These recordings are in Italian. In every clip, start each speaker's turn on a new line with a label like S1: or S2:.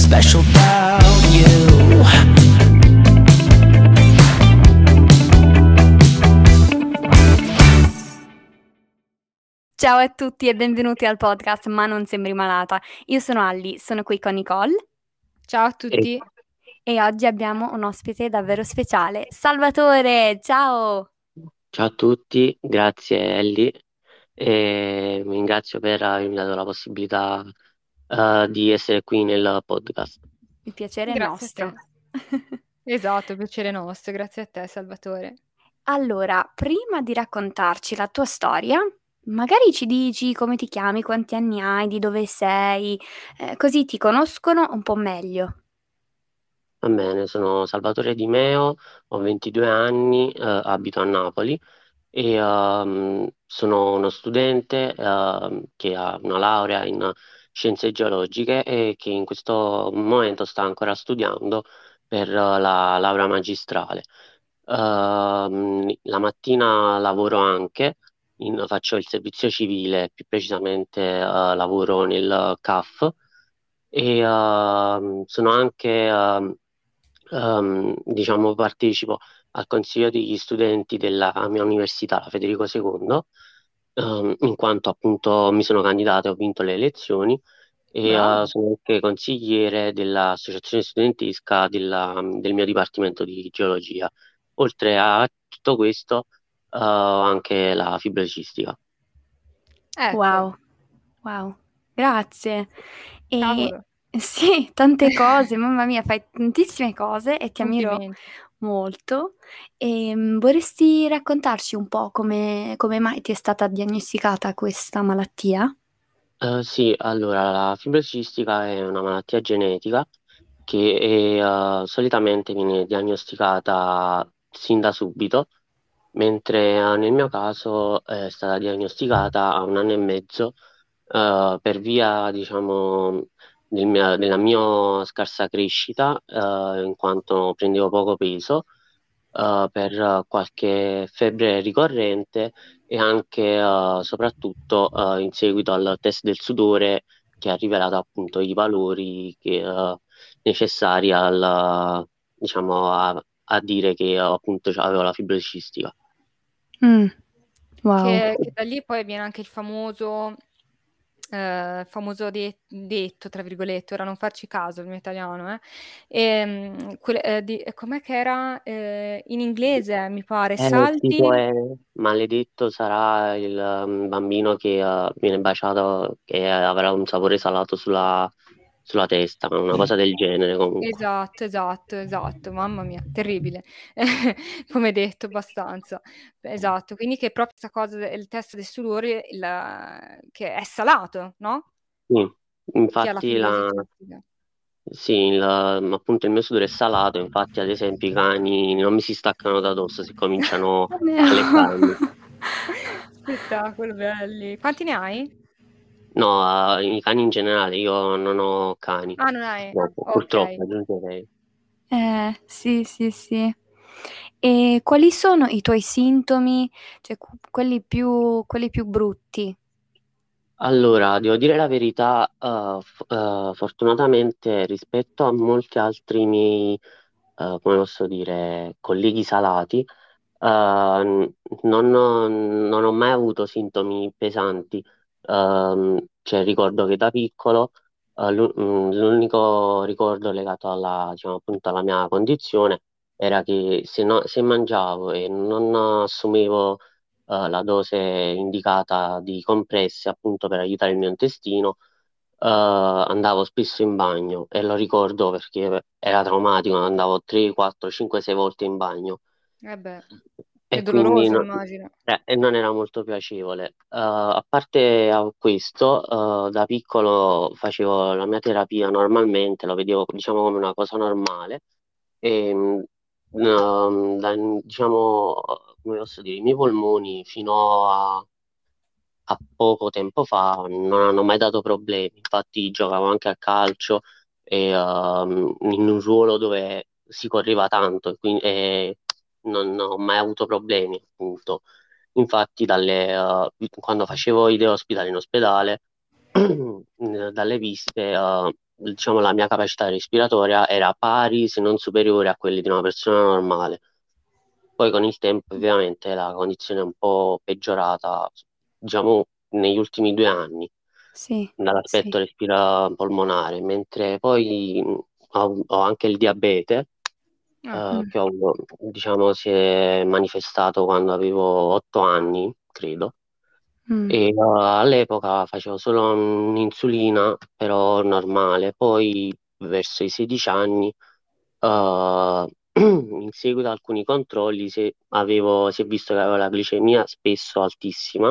S1: special about you.
S2: Ciao a tutti e benvenuti al podcast Ma non sembri malata. Io sono Alli, sono qui con Nicole
S3: Ciao a tutti.
S2: e oggi abbiamo un ospite davvero speciale, Salvatore, ciao!
S4: Ciao a tutti, grazie Ellie e vi ringrazio per avermi dato la possibilità di essere qui nel podcast.
S2: Il piacere è
S3: Grazie a
S2: nostro.
S3: te. Esatto, piacere nostro, grazie a te Salvatore.
S2: Allora, prima di raccontarci la tua storia, magari ci dici come ti chiami, quanti anni hai, di dove sei, così ti conoscono un po' meglio.
S4: Va bene, sono Salvatore Di Meo, ho 22 anni, abito a Napoli e sono uno studente che ha una laurea in scienze geologiche e che in questo momento sta ancora studiando per la laurea magistrale. La mattina lavoro anche, faccio il servizio civile, più precisamente lavoro nel CAF e sono anche, diciamo, partecipo al consiglio degli studenti della mia università, la Federico II, in quanto appunto mi sono candidato e ho vinto le elezioni e
S2: Bravo.
S4: sono anche consigliere dell'associazione studentesca del mio dipartimento di geologia. Oltre a tutto questo, anche la fibrocistica.
S3: Ecco,
S2: Wow, wow, grazie. E
S3: cavolo,
S2: sì, tante cose, mamma mia, fai tantissime cose e ti ammiro
S3: complimenti.
S2: molto. Vorresti raccontarci un po' come mai ti è stata diagnosticata questa malattia?
S4: Sì, allora la fibrocistica è una malattia genetica che solitamente viene diagnosticata sin da subito, mentre nel mio caso è stata diagnosticata a 1 anno e mezzo per via, diciamo, della mia scarsa crescita, in quanto prendevo poco peso, per qualche febbre ricorrente e anche soprattutto in seguito al test del sudore che ha rivelato appunto i valori necessari diciamo, a dire che appunto avevo la fibrocistica.
S2: Mm, wow.
S3: Che da lì poi viene anche il famoso detto, tra virgolette, ora non farci caso il mio italiano, com'è che era in inglese, mi pare,
S4: Il tipo
S3: salti.
S4: è maledetto sarà il bambino che viene baciato, che avrà un sapore salato sulla testa, una cosa del genere comunque.
S3: Esatto, mamma mia, terribile, come detto abbastanza. Esatto, quindi che proprio questa cosa del test del sudore, che è salato, no?
S4: Sì,
S3: Chi ha la
S4: infatti
S3: fibrosi cystica.
S4: sì, appunto il mio sudore è salato, infatti ad esempio i cani non mi si staccano da dosso se cominciano a leccarmi.
S3: Spettacolo, belli. Quanti ne hai?
S4: No, i cani in generale, io non ho cani,
S3: Ah, non hai?
S4: purtroppo
S3: Ok.
S4: aggiungerei.
S2: Sì, sì, sì. E quali sono i tuoi sintomi, cioè quelli più brutti?
S4: Allora, devo dire la verità, fortunatamente rispetto a molti altri miei, come posso dire, colleghi salati, non ho mai avuto sintomi pesanti. Cioè, ricordo che da piccolo, l'unico ricordo legato diciamo, appunto alla mia condizione era che se mangiavo e non assumevo la dose indicata di compresse appunto per aiutare il mio intestino, andavo spesso in bagno e lo ricordo perché era traumatico, andavo 3, 4, 5, 6 volte in bagno
S3: Eh beh, è
S4: e quindi
S3: doloroso, immagino.
S4: e non era molto piacevole. A parte questo, da piccolo facevo la mia terapia normalmente, lo vedevo diciamo come una cosa normale e diciamo, come posso dire, i miei polmoni fino a poco tempo fa non hanno mai dato problemi. Infatti giocavo anche a calcio e, in un ruolo dove si correva tanto e non ho mai avuto problemi, appunto. Infatti, quando facevo i day hospital in ospedale, dalle visite, diciamo, la mia capacità respiratoria era pari, se non superiore, a quelli di una persona normale. Poi con il tempo, ovviamente, la condizione è un po' peggiorata, diciamo, negli ultimi 2 anni,
S2: Sì,
S4: dall'aspetto
S2: sì.
S4: polmonare, mentre poi ho anche il diabete,
S3: Ah,
S2: Mm,
S4: che diciamo, si è manifestato quando avevo 8 anni, credo.
S2: mm,
S4: E all'epoca facevo solo un'insulina, però normale. Poi verso i 16 anni, in seguito ad alcuni controlli, si è visto che avevo la glicemia spesso altissima.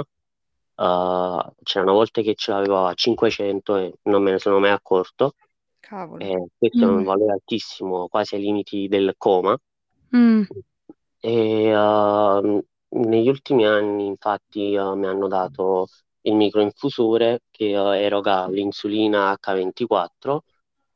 S4: C'erano volte che ce l'avevo a 500 e non me ne sono mai accorto.
S3: cavolo.
S4: Questo è un
S2: mm,
S4: valore altissimo, quasi ai limiti del coma.
S2: mm.
S4: E negli ultimi anni, infatti, mi hanno dato il microinfusore che eroga l'insulina H24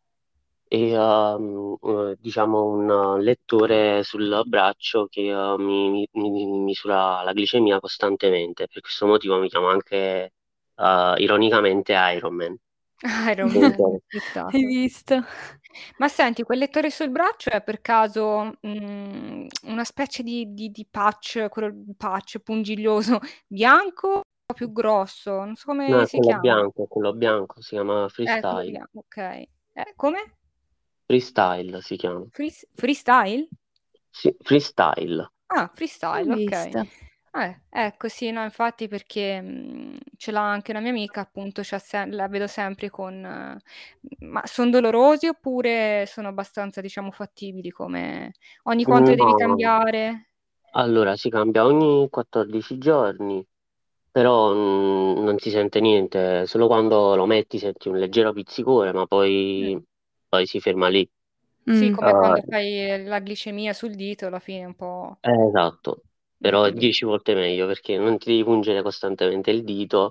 S4: e diciamo un lettore sul braccio che mi misura la glicemia costantemente. Per questo motivo mi chiamo anche ironicamente Iron Man.
S3: Iron Man,
S4: Comunque,
S2: Hai
S3: pensato.
S2: visto?
S3: Ma senti, quel lettore sul braccio è per caso una specie di patch, quello patch pungiglioso bianco o più grosso? Non so
S4: no,
S3: come si chiama.
S4: è quello bianco, si chiama
S3: Quello
S4: Freestyle.
S3: bianco, ok. Come?
S4: Freestyle si chiama.
S3: Freestyle?
S4: Sì, Freestyle.
S3: Ah,
S2: Hai
S3: freestyle, ok.
S2: visto?
S3: Ecco, sì, no, infatti perché ce l'ha anche una mia amica, appunto, la vedo sempre con... ma sono dolorosi oppure sono abbastanza, diciamo, fattibili come... Ogni quanto le devi
S4: No,
S3: cambiare?
S4: allora si cambia ogni 14 giorni, però non si sente niente, solo quando lo metti senti un leggero pizzicore, ma
S3: Mm.
S4: poi si ferma lì.
S3: Sì,
S2: Mm.
S3: come quando fai la glicemia sul dito, alla fine è un po'...
S4: Esatto, però è 10 volte meglio perché non ti devi pungere costantemente il dito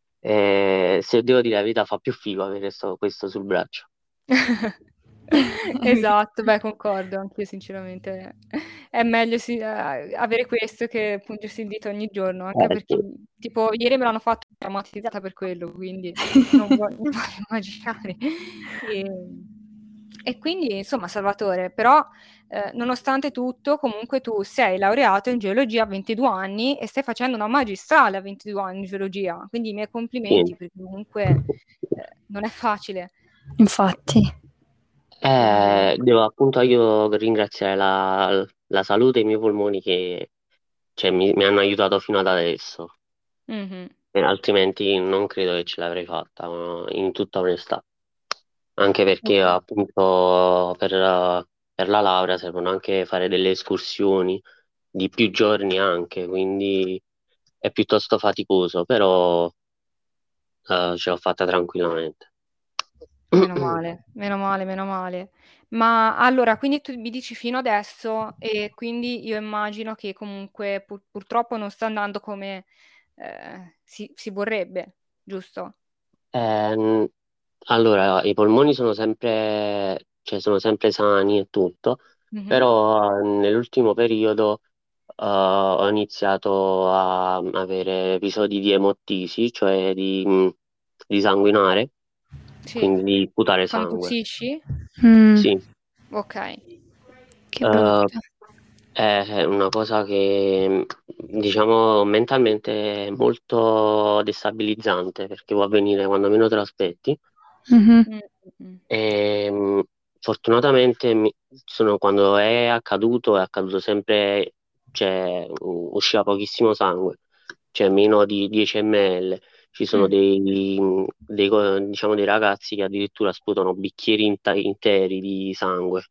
S4: e se devo dire la verità fa più figo avere questo sul braccio.
S2: Hai visto?
S3: Esatto, beh, concordo, anch'io sinceramente. È meglio avere questo che pungersi il dito ogni giorno, anche perché,
S4: Sì.
S3: tipo, ieri me l'hanno fatto traumatizzata per quello, quindi non voglio immaginare. E, e quindi, insomma, Salvatore, però, nonostante tutto, comunque tu sei laureato in geologia a 22 anni e stai facendo una magistrale a 22 anni in geologia, quindi i miei complimenti,
S4: Sì.
S3: perché comunque non è facile.
S2: Infatti.
S3: Quindi...
S4: Devo appunto io ringraziare la salute e i miei polmoni che cioè, mi hanno aiutato fino ad adesso.
S3: Mhm.
S4: Altrimenti non credo che ce l'avrei fatta, in tutta onestà. Anche perché
S3: Ok.
S4: appunto per la laurea servono anche fare delle escursioni di più giorni anche, quindi è piuttosto faticoso, però ce l'ho fatta tranquillamente.
S3: Meno male, meno male, meno male. Ma allora, quindi tu mi dici fino adesso e quindi io immagino che comunque purtroppo non sta andando come si vorrebbe, giusto?
S4: Ehm, allora, i polmoni sono sempre sani e tutto,
S3: Mhm.
S4: però nell'ultimo periodo ho iniziato a avere episodi di emottisi, cioè di sanguinare,
S3: Sì,
S4: quindi di putare
S3: quando
S4: sangue.
S3: tossisci?
S2: Mm,
S4: Sì,
S3: Ok.
S2: che
S4: eh,
S2: brutto.
S4: è una cosa che diciamo mentalmente è molto destabilizzante perché può avvenire quando meno te lo aspetti.
S2: Mhm.
S3: Mm, mm,
S4: E, fortunatamente quando è accaduto sempre, cioè, usciva pochissimo sangue, cioè meno di 10 ml. Ci sono
S3: mm.
S4: diciamo, dei ragazzi che addirittura sputano bicchieri interi di sangue,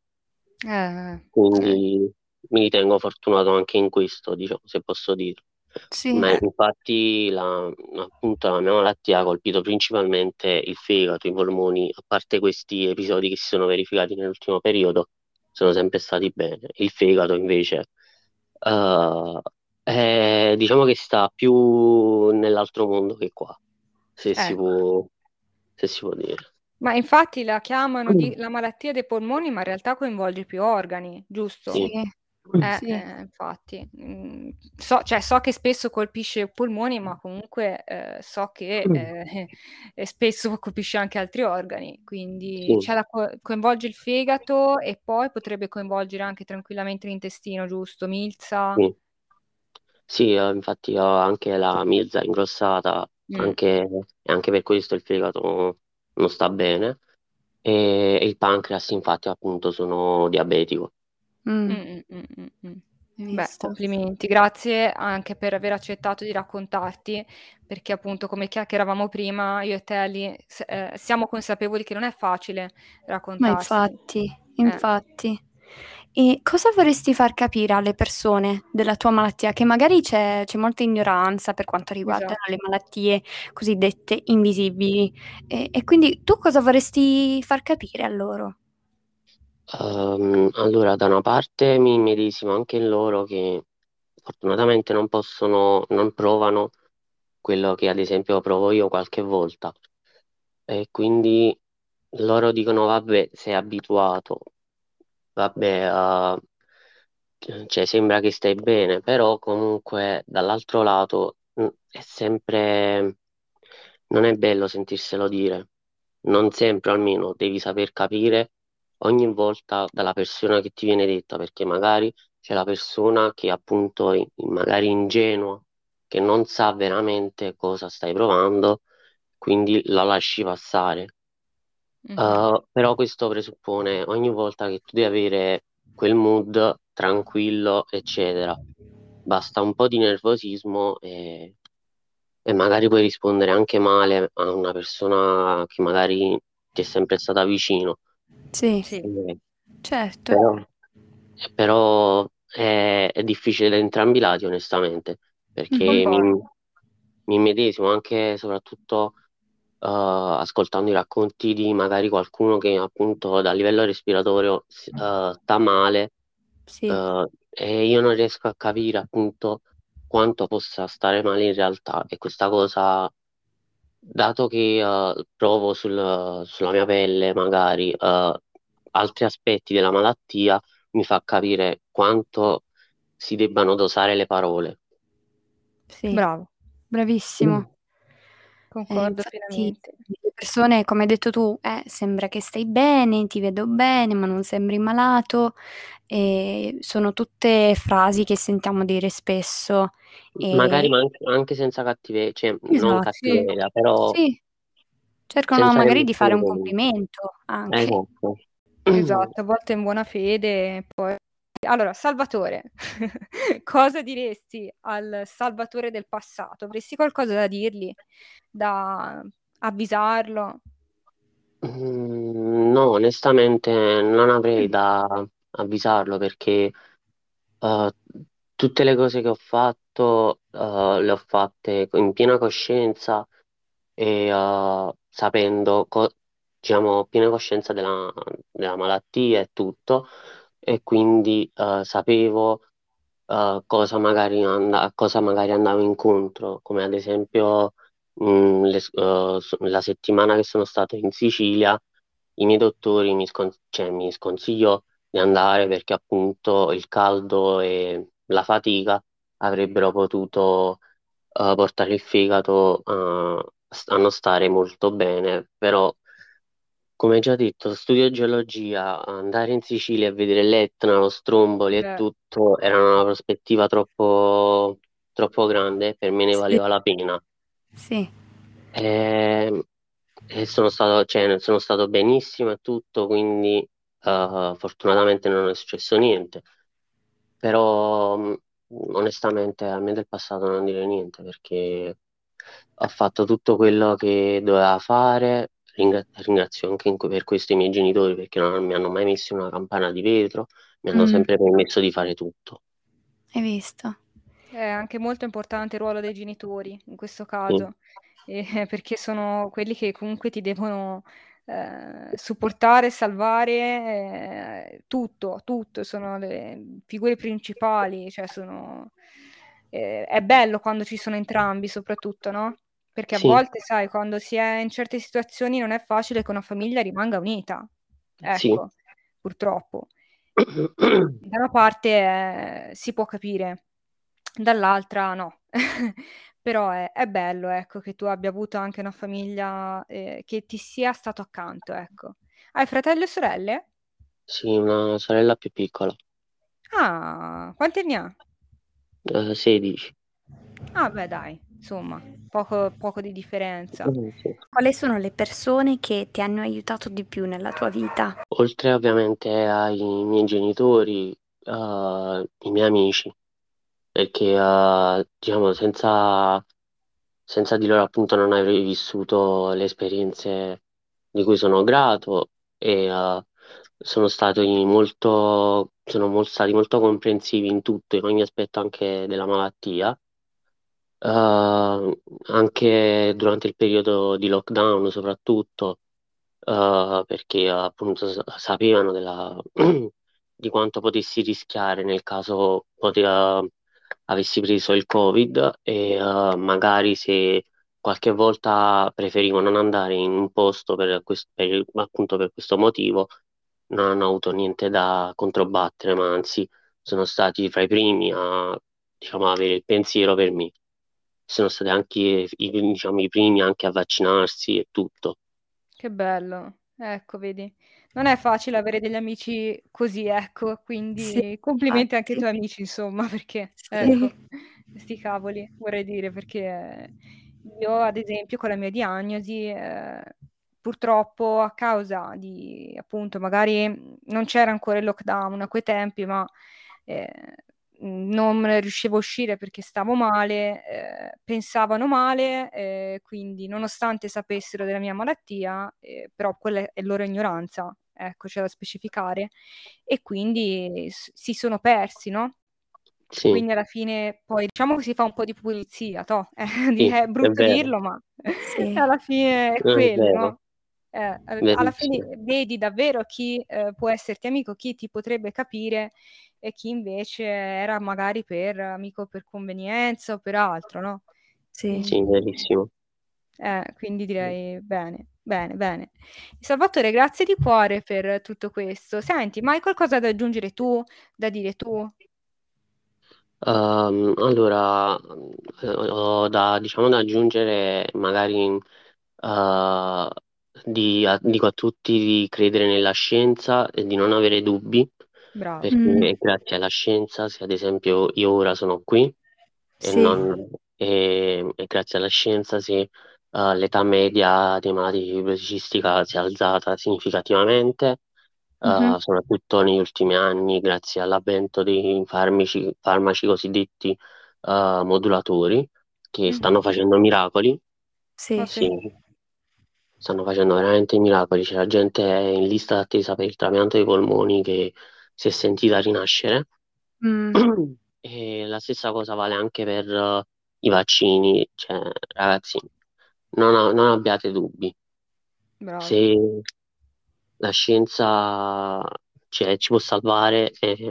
S3: Sì.
S4: quindi mi ritengo fortunato anche in questo, diciamo, se posso dire.
S2: Sì.
S4: Ma infatti appunto la mia malattia ha colpito principalmente il fegato, i polmoni, a parte questi episodi che si sono verificati nell'ultimo periodo, sono sempre stati bene. Il fegato invece, eh, diciamo che sta più nell'altro mondo che qua, se si
S3: Ecco.
S4: può, se si può dire.
S3: Ma infatti la chiamano la malattia dei polmoni, ma in realtà coinvolge più organi, giusto?
S2: Sì.
S4: Sì,
S2: Sì.
S3: Infatti. So che spesso colpisce i polmoni, ma comunque so che spesso colpisce anche altri organi, quindi
S4: Sì,
S3: coinvolge il fegato e poi potrebbe coinvolgere anche tranquillamente l'intestino, giusto? Milza.
S4: sì. Sì, infatti ho anche la milza ingrossata,
S3: Mm.
S4: e anche per questo il fegato non sta bene. E il pancreas, infatti, appunto, sono diabetico.
S2: Mm,
S3: Mm, mm, mm, mm, mm.
S2: hai
S3: Beh,
S2: visto?
S3: complimenti, grazie anche per aver accettato di raccontarti, perché appunto come chiacchieravamo prima, io e te siamo consapevoli che non è facile
S2: Ma
S3: raccontarsi.
S2: infatti, infatti. E cosa vorresti far capire alle persone della tua malattia? Che magari c'è molta ignoranza per quanto riguardano
S3: Esatto.
S2: le malattie cosiddette invisibili. E quindi tu cosa vorresti far capire a loro?
S4: Allora, da una parte mi immedesimo anche in loro che fortunatamente non provano quello che ad esempio provo io qualche volta. E quindi loro dicono, vabbè, sei abituato, vabbè, cioè, sembra che stai bene, però comunque dall'altro lato è sempre, non è bello sentirselo dire, non sempre almeno devi saper capire ogni volta dalla persona che ti viene detta, perché magari c'è la persona che appunto è magari ingenua, che non sa veramente cosa stai provando, quindi la lasci passare.
S3: Mhm.
S4: Però questo presuppone ogni volta che tu devi avere quel mood tranquillo, eccetera. Basta un po' di nervosismo e magari puoi rispondere anche male a una persona che magari ti è sempre stata vicino.
S2: Sì,
S3: Sì.
S2: certo.
S4: Però, però è difficile da entrambi i lati, onestamente, perché
S3: Concordo.
S4: mi immedesimo anche e soprattutto ascoltando i racconti di magari qualcuno che appunto dal livello respiratorio sta male,
S2: Sì,
S4: e io non riesco a capire appunto quanto possa stare male in realtà, e questa cosa, dato che provo sulla mia pelle magari altri aspetti della malattia, mi fa capire quanto si debbano dosare le parole.
S2: sì,
S3: Bravo,
S2: bravissimo.
S3: concordo
S2: Infatti
S3: pienamente.
S2: le persone, come hai detto tu, sembra che stai bene, ti vedo bene, ma non sembri malato. Sono tutte frasi che sentiamo dire spesso.
S4: Magari
S2: E
S4: ma anche senza cattiveria, cioè non
S2: esatto, sì,
S4: cattiveria, però
S2: sì, cercano
S4: senza
S2: magari di fare
S4: emozione
S2: un
S4: comunque.
S2: complimento anche.
S4: Esatto.
S3: Esatto, a volte in buona fede, poi... Allora, Salvatore, cosa diresti al Salvatore del passato? Avresti qualcosa da dirgli, da avvisarlo?
S4: No, onestamente non avrei da avvisarlo perché eh, tutte le cose che ho fatto le ho fatte in piena coscienza e sapendo, diciamo, piena coscienza della malattia e tutto, e quindi sapevo a cosa magari andavo incontro, come ad esempio la settimana che sono stato in Sicilia, i miei dottori cioè, mi sconsigliò di andare perché appunto il caldo e la fatica avrebbero potuto portare il fegato a non stare molto bene, però come già detto, studio geologia, andare in Sicilia e vedere l'Etna, lo Stromboli e
S3: Beh,
S4: tutto era una prospettiva troppo grande e per me ne
S2: Sì,
S4: valeva la pena.
S2: sì.
S4: E, sono stato benissimo e tutto, quindi fortunatamente non è successo niente. Però onestamente a me del passato non dire niente perché ho fatto tutto quello che doveva fare. Ringrazio anche per questo i miei genitori perché non mi hanno mai messo in una campana di vetro, mi hanno
S2: Mm,
S4: sempre permesso di fare tutto.
S2: hai visto?
S3: è anche molto importante il ruolo dei genitori in questo
S4: Sì,
S3: caso, perché sono quelli che comunque ti devono supportare, salvare tutto, tutto, sono le figure principali, cioè è bello quando ci sono entrambi, soprattutto, no? Perché a
S4: sì,
S3: volte, sai, quando si è in certe situazioni non è facile che una famiglia rimanga unita,
S4: sì,
S3: ecco, purtroppo. Da una parte si può capire, dall'altra no. Però è bello, ecco, che tu abbia avuto anche una famiglia che ti sia stato accanto, ecco. Hai fratelli e sorelle?
S4: Sì, una sorella più piccola,
S3: Ah, quanti anni ha?
S4: 16.
S3: Ah, beh, dai, insomma, poco di differenza.
S4: Sì.
S2: Quali sono le persone che ti hanno aiutato di più nella tua vita?
S4: Oltre ovviamente ai miei genitori, i miei amici, perché diciamo senza di loro appunto non avrei vissuto le esperienze di cui sono grato e sono stati molto comprensivi in tutto, in ogni aspetto anche della malattia. Anche durante il periodo di lockdown soprattutto, perché appunto sapevano di quanto potessi rischiare nel caso avessi preso il Covid e magari se qualche volta preferivo non andare in un posto appunto per questo motivo, non hanno avuto niente da controbattere, ma anzi sono stati fra i primi a, diciamo, avere il pensiero per me. Sono stati anche diciamo, i primi anche a vaccinarsi e tutto.
S3: Che bello. Ecco, vedi. Non è facile avere degli amici così, ecco,
S2: Sì,
S3: quindi complimenti anche ai
S2: infatti.
S3: tuoi amici, insomma, perché ecco,
S2: Sì.
S3: sti cavoli, vorrei dire, perché io ad esempio con la mia diagnosi, purtroppo a causa di appunto magari non c'era ancora il lockdown a quei tempi, ma ehm, non riuscivo a uscire perché stavo male, pensavano male, quindi nonostante sapessero della mia malattia, però quella è loro ignoranza, ecco, c'è da specificare, e quindi si sono persi, no?
S4: Sì,
S3: Quindi alla fine poi diciamo che si fa un po' di pulizia, toh,
S4: sì,
S3: è
S4: è
S3: brutto
S4: vero,
S3: dirlo, ma
S2: Sì,
S3: alla fine è
S4: è
S3: quello,
S4: vero,
S3: no? Alla
S4: verissimo.
S3: fine vedi davvero chi può esserti amico, chi ti potrebbe capire e chi invece era magari per amico per convenienza o per altro, no?
S2: sì.
S4: Sì,
S3: Quindi,
S4: verissimo.
S3: quindi direi bene, bene, bene. Salvatore, grazie di cuore per tutto questo. Senti, ma hai qualcosa da aggiungere tu, da dire tu?
S4: Allora, ho diciamo, da aggiungere magari dico a tutti di credere nella scienza e di non avere dubbi,
S3: Bravo.
S4: perché
S2: Mm,
S4: è grazie alla scienza se ad esempio io ora sono qui e,
S2: sì,
S4: non, e grazie alla scienza se l'età media dei malati di fibrosi cistica si è alzata significativamente,
S3: Mhm,
S4: soprattutto negli ultimi anni, grazie all'avvento dei farmaci cosiddetti modulatori, che stanno
S3: mhm.
S4: facendo miracoli.
S3: Ah
S2: sì.
S3: sì.
S4: Sì, stanno facendo veramente miracoli. C'è la gente in lista d'attesa per il trapianto dei polmoni che si è sentita rinascere.
S2: Mm,
S4: E la stessa cosa vale anche per i vaccini. Cioè, ragazzi, non abbiate dubbi. Se
S3: Bravo.
S4: la scienza, cioè, ci può salvare,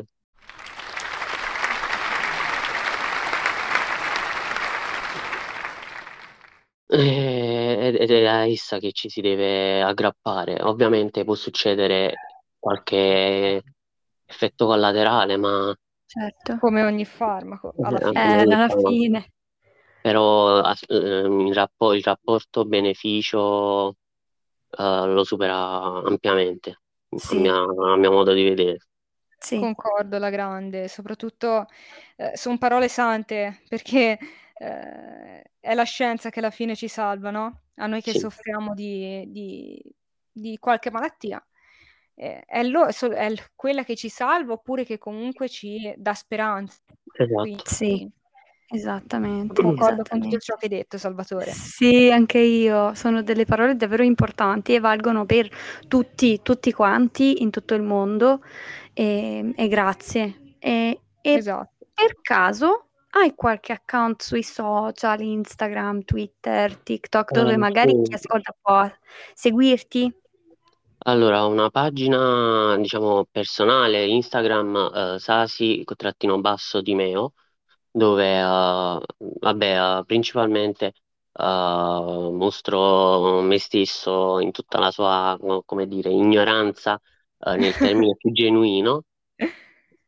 S4: ed è a essa che ci si deve aggrappare. Ovviamente può succedere qualche effetto collaterale, ma
S2: certo.
S3: Come ogni farmaco, alla
S4: come
S3: fine.
S4: ogni
S2: Alla
S4: farmaco.
S2: fine.
S4: Però il rapporto beneficio lo supera ampiamente,
S2: Sì,
S4: a mio modo di vedere.
S2: sì,
S3: Concordo alla grande, soprattutto, son parole sante perché, è la scienza che alla fine ci salva, no, a noi che
S4: Sì,
S3: soffriamo di qualche malattia. È quella che ci salva oppure che comunque ci dà speranza.
S4: esatto.
S2: sì,
S3: Quindi
S2: esattamente,
S3: concordo con tutto
S2: esattamente.
S3: ciò che hai detto, Salvatore.
S2: Sì, anche io. Sono delle parole davvero importanti e valgono per tutti, tutti quanti in tutto il mondo. E grazie. E
S3: Esatto.
S2: per caso hai qualche account sui social, Instagram, Twitter, TikTok, dove magari chi
S4: Sì.
S2: ascolta può seguirti?
S4: Allora, una pagina, diciamo, personale, Instagram, Sasi-basso di Meo, dove, vabbè, principalmente mostro me stesso in tutta la sua, come dire, ignoranza, nel termine più genuino,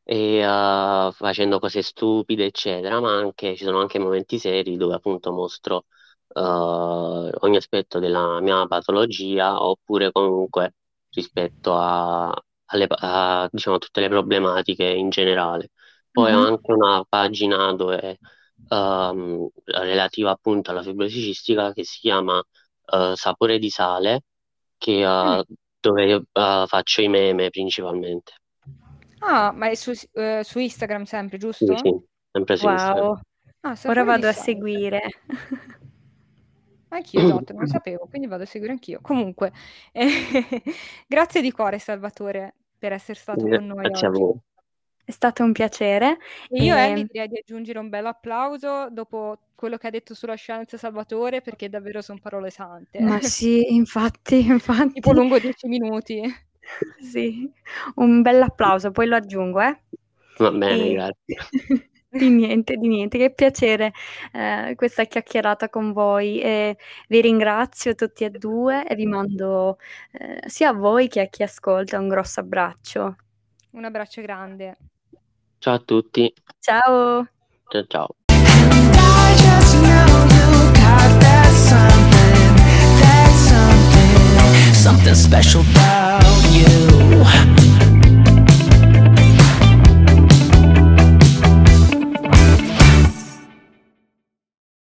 S4: e facendo cose stupide, eccetera, ma anche ci sono anche momenti seri dove appunto mostro ogni aspetto della mia patologia, oppure comunque rispetto diciamo, tutte le problematiche in generale. Poi ho
S2: Mhm.
S4: anche una pagina dove relativa appunto alla fibrosi cistica, che si chiama Sapore di Sale, dove faccio i meme principalmente.
S3: Ah, ma è su Instagram sempre,
S4: Sì,
S3: giusto?
S4: sì, sempre su Instagram.
S2: Wow,
S3: Ah,
S2: ora
S3: Sapore di
S2: vado a
S3: Sale.
S2: seguire.
S3: Anch'io, esatto, non lo sapevo, quindi vado a seguire anch'io. Comunque, grazie di cuore, Salvatore, per essere stato con noi
S4: Grazie a
S3: oggi.
S4: voi.
S2: È stato un piacere.
S3: E io, Ellie,
S2: E
S3: direi di aggiungere un bel applauso dopo quello che ha detto sulla scienza Salvatore, perché davvero sono parole sante.
S2: ma sì, infatti,
S3: Tipo
S2: infatti.
S3: lungo 10 minuti.
S2: Sì, un bell'applauso, poi lo aggiungo,
S4: Va bene,
S2: E
S4: grazie.
S2: di niente, che piacere questa chiacchierata con voi. E vi ringrazio tutti e due e vi mando sia a voi che a chi ascolta un grosso abbraccio.
S3: Un abbraccio grande.
S4: Ciao a tutti.
S2: Ciao!
S4: Ciao ciao.
S1: I just know you got that something, something special.